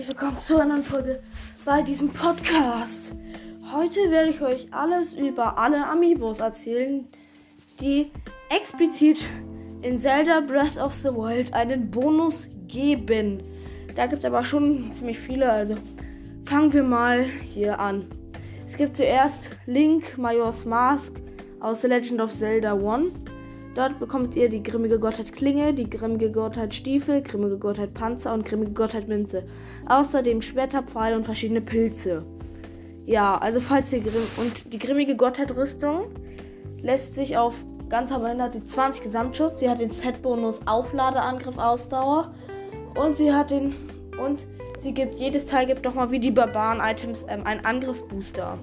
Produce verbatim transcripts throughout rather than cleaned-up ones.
herzlich willkommen zu einer neuen Folge bei diesem Podcast. Heute werde ich euch alles über alle Amiibos erzählen, die explizit in Zelda Breath of the Wild einen Bonus geben. Da gibt es aber schon ziemlich viele, also fangen wir mal hier an. Es gibt zuerst Link Majora's Mask aus The Legend of Zelda eins. Dort bekommt ihr die grimmige Gottheit Klinge, die grimmige Gottheit Stiefel, grimmige Gottheit Panzer und grimmige Gottheit Münze. Außerdem Schwerter, Pfeile und verschiedene Pilze. Ja, also falls ihr grimm und die grimmige Gottheit Rüstung lässt sich auf ganz am Ende hat die zwanzig Gesamtschutz. Sie hat den Set-Bonus Aufladeangriff Ausdauer und sie hat den und sie gibt jedes Teil gibt nochmal wie die Barbaren-Items ähm, einen Angriffsbooster.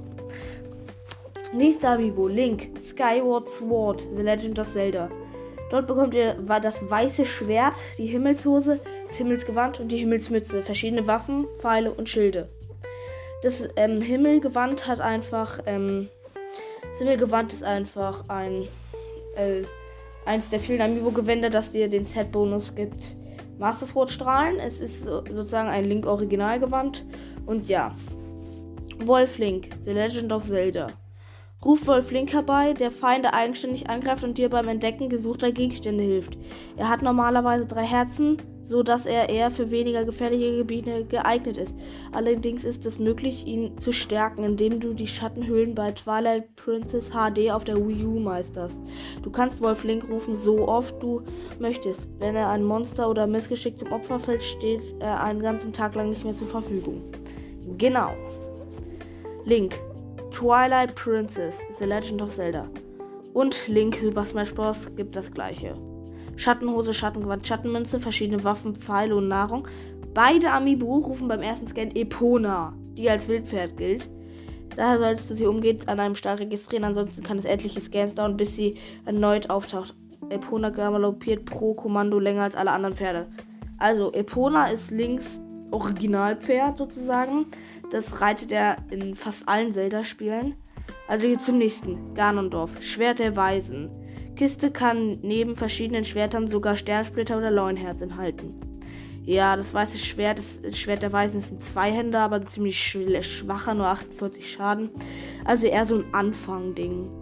Nächster Amiibo, Link, Skyward Sword, The Legend of Zelda. Dort bekommt ihr das weiße Schwert, die Himmelshose, das Himmelsgewand und die Himmelsmütze, verschiedene Waffen, Pfeile und Schilde. Das ähm, Himmelgewand hat einfach, ähm, das Himmelgewand ist einfach ein, äh, eins der vielen Amiibo-Gewänder, das dir den Set-Bonus gibt. Master Sword Strahlen, es ist so, sozusagen ein Link-Originalgewand. Und ja, Wolf Link, The Legend of Zelda. Ruf Wolf Link herbei, der Feinde eigenständig angreift und dir beim Entdecken gesuchter Gegenstände hilft. Er hat normalerweise drei Herzen, so dass er eher für weniger gefährliche Gebiete geeignet ist. Allerdings ist es möglich, ihn zu stärken, indem du die Schattenhöhlen bei Twilight Princess H D auf der Wii U meisterst. Du kannst Wolf Link rufen, so oft du möchtest. Wenn er ein Monster oder Missgeschick zum Opfer fällt, steht er einen ganzen Tag lang nicht mehr zur Verfügung. Genau. Link. Twilight Princess, The Legend of Zelda. Und Link Super Smash Bros. Gibt das gleiche. Schattenhose, Schattengewand, Schattenmünze, verschiedene Waffen, Pfeile und Nahrung. Beide Amiibo rufen beim ersten Scan Epona, die als Wildpferd gilt. Daher solltest du sie umgehend an einem Stall registrieren, ansonsten kann es etliche Scans dauern, bis sie erneut auftaucht. Epona galoppiert pro Kommando länger als alle anderen Pferde. Also Epona ist Links Originalpferd sozusagen. Das reitet er in fast allen Zelda-Spielen. Also hier zum nächsten. Ganondorf. Schwert der Weisen. Kiste kann neben verschiedenen Schwertern sogar Sternsplitter oder Leuenherz enthalten. Ja, das weiße Schwert, das Schwert der Weisen ist ein Zweihänder, aber ziemlich schwacher, nur achtundvierzig Schaden. Also eher so ein Anfang-Ding.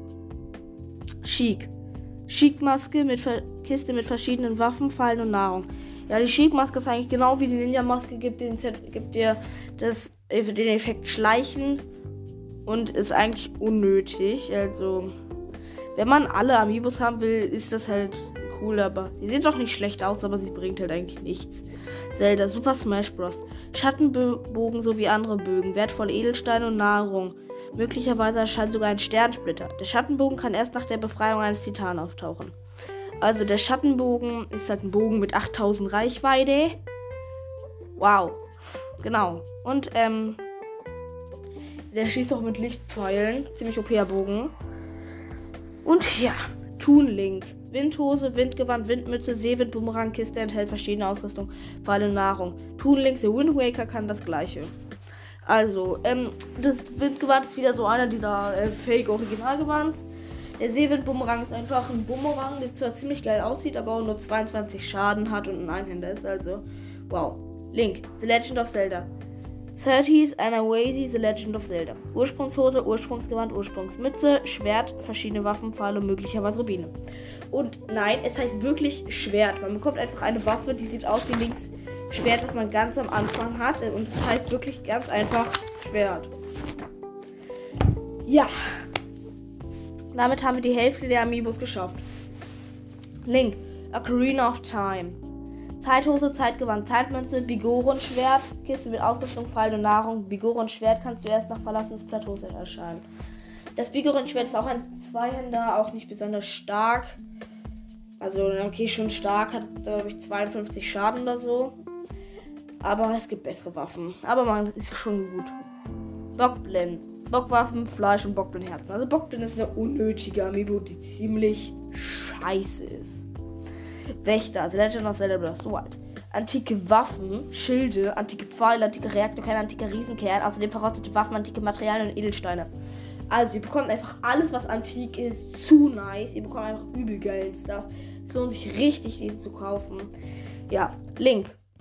Sheik. Sheik-Maske mit Ver- Kiste mit verschiedenen Waffen, Pfeilen und Nahrung. Ja, die Sheik-Maske ist eigentlich genau wie die Ninja-Maske, gibt, den Set, gibt dir das, den Effekt Schleichen und ist eigentlich unnötig. Also, wenn man alle Amiibos haben will, ist das halt cool, aber sie sieht doch nicht schlecht aus, aber sie bringt halt eigentlich nichts. Zelda, Super Smash Bros. Schattenbogen sowie andere Bögen, wertvolle Edelsteine und Nahrung. Möglicherweise erscheint sogar ein Sternsplitter. Der Schattenbogen kann erst nach der Befreiung eines Titanen auftauchen. Also der Schattenbogen ist halt ein Bogen mit achttausend Reichweite. Wow. Genau. Und ähm, der schießt auch mit Lichtpfeilen. Ziemlich O P-Bogen. Und ja, Toon Link. Windhose, Windgewand, Windmütze, Seewind, Bumerangkiste enthält verschiedene Ausrüstung, Pfeile und Nahrung. Toon Link, The Wind Waker kann das gleiche. Also, ähm, das Windgewand ist wieder so einer dieser äh, Fake-Originalgewands. Der Seewind-Bumerang ist einfach ein Bumerang, der zwar ziemlich geil aussieht, aber auch nur zweiundzwanzig Schaden hat und ein Einhänder ist, also wow. Link, The Legend of Zelda. thirties Anawazy, The Legend of Zelda. Ursprungshose, Ursprungsgewand, Ursprungsmütze, Schwert, verschiedene Waffen, Pfeile und möglicherweise Rubine. Und nein, es heißt wirklich Schwert. Man bekommt einfach eine Waffe, die sieht aus wie Links Schwert, das man ganz am Anfang hat. Und es heißt wirklich ganz einfach Schwert. Ja. Damit haben wir die Hälfte der Amiibos geschafft. Link, Ocarina of Time. Zeithose, Zeitgewand, Zeitmünze, Bigoron-Schwert, Kiste mit Ausrüstung, Pfeil und Nahrung. Bigoron-Schwert kannst du erst nach Verlassen des Plateaus erscheinen. Das Bigoron-Schwert ist auch ein Zweihänder, auch nicht besonders stark. Also, okay, schon stark, hat, glaube ich, zweiundfünfzig Schaden oder so. Aber es gibt bessere Waffen. Aber man ist schon gut. Bockblin. Bockwaffen, Fleisch und Bockblin-Herzen. Also Bockblin ist eine unnötige Amiibo, die ziemlich scheiße ist. Wächter, The Legend of Zelda Breath of the Wild. Antike Waffen, Schilde, antike Pfeile, antike Reaktor, kein antiker Riesenkern, außerdem voraussetzte Waffen, antike Materialien und Edelsteine. Also ihr bekommt einfach alles, was antik ist, zu nice. Ihr bekommt einfach übel geilen Stuff. Es lohnt sich richtig, den zu kaufen. Ja, Link.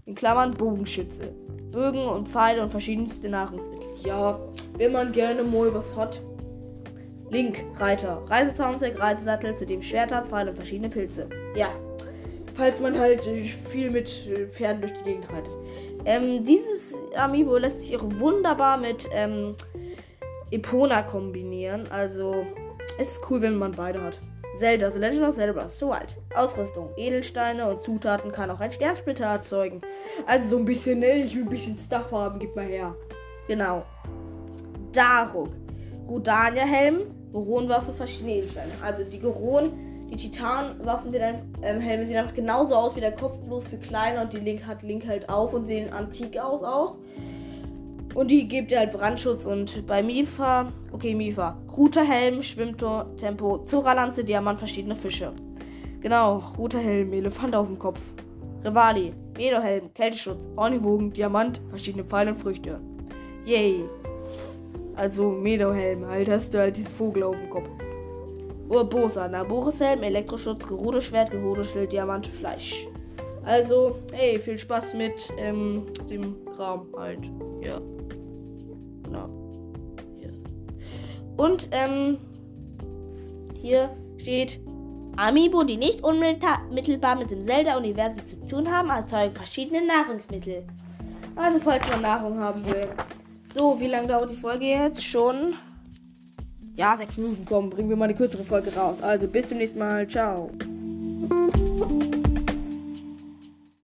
in Klammern Bogenschütze. Bögen und Pfeile und verschiedenste Nahrungsmittel. Ja, wenn man gerne mal was hat. Link, Reiter. Reisezaunzeug, Reisesattel, zudem Schwerter, Pfeile und verschiedene Pilze. Ja, falls man halt viel mit Pferden durch die Gegend reitet. Ähm, dieses Amiibo lässt sich auch wunderbar mit ähm, Epona kombinieren. Also, es ist cool, wenn man beide hat. Zelda, The Legend of Zelda Breath of the Wild. Ausrüstung, Edelsteine und Zutaten kann auch ein Sternsplitter erzeugen. Also so ein bisschen, ne, ich will ein bisschen Stuff haben, gib mal her. Genau. Daruk. Rudania-Helm, Goron-Waffe, verschiedene Edelsteine. Also die Goron, die Titan-Waffen, die dann, ähm, Helme sehen einfach genauso aus wie der Kopf, bloß für kleiner und die Link hat Link halt auf und sehen antik aus auch. Und die gibt ihr halt Brandschutz und bei Mifa, okay Mifa, Routerhelm, Schwimmtempo, Zora-Lanze, Diamant, verschiedene Fische. Genau, Routerhelm, Elefant auf dem Kopf. Rivali, Medohelm, Kälteschutz, Ornibogen, Diamant, verschiedene Pfeile und Früchte. Yay. Also Medohelm, halt hast du halt diesen Vogel auf dem Kopf. Urbosa, Naboris-Helm, Elektroschutz, Gerudo-Schwert, Gerudo-Schild, Diamant, Fleisch. Also, ey, viel Spaß mit ähm, dem Kram halt. Ja. Genau. Hier. Und, ähm, hier steht, Amiibo, die nicht unmittelbar mit dem Zelda-Universum zu tun haben, erzeugen verschiedene Nahrungsmittel. Also, falls man Nahrung haben will. So, wie lange dauert die Folge jetzt? Schon? Ja, sechs Minuten. Komm, bringen wir mal eine kürzere Folge raus. Also, bis zum nächsten Mal. Ciao.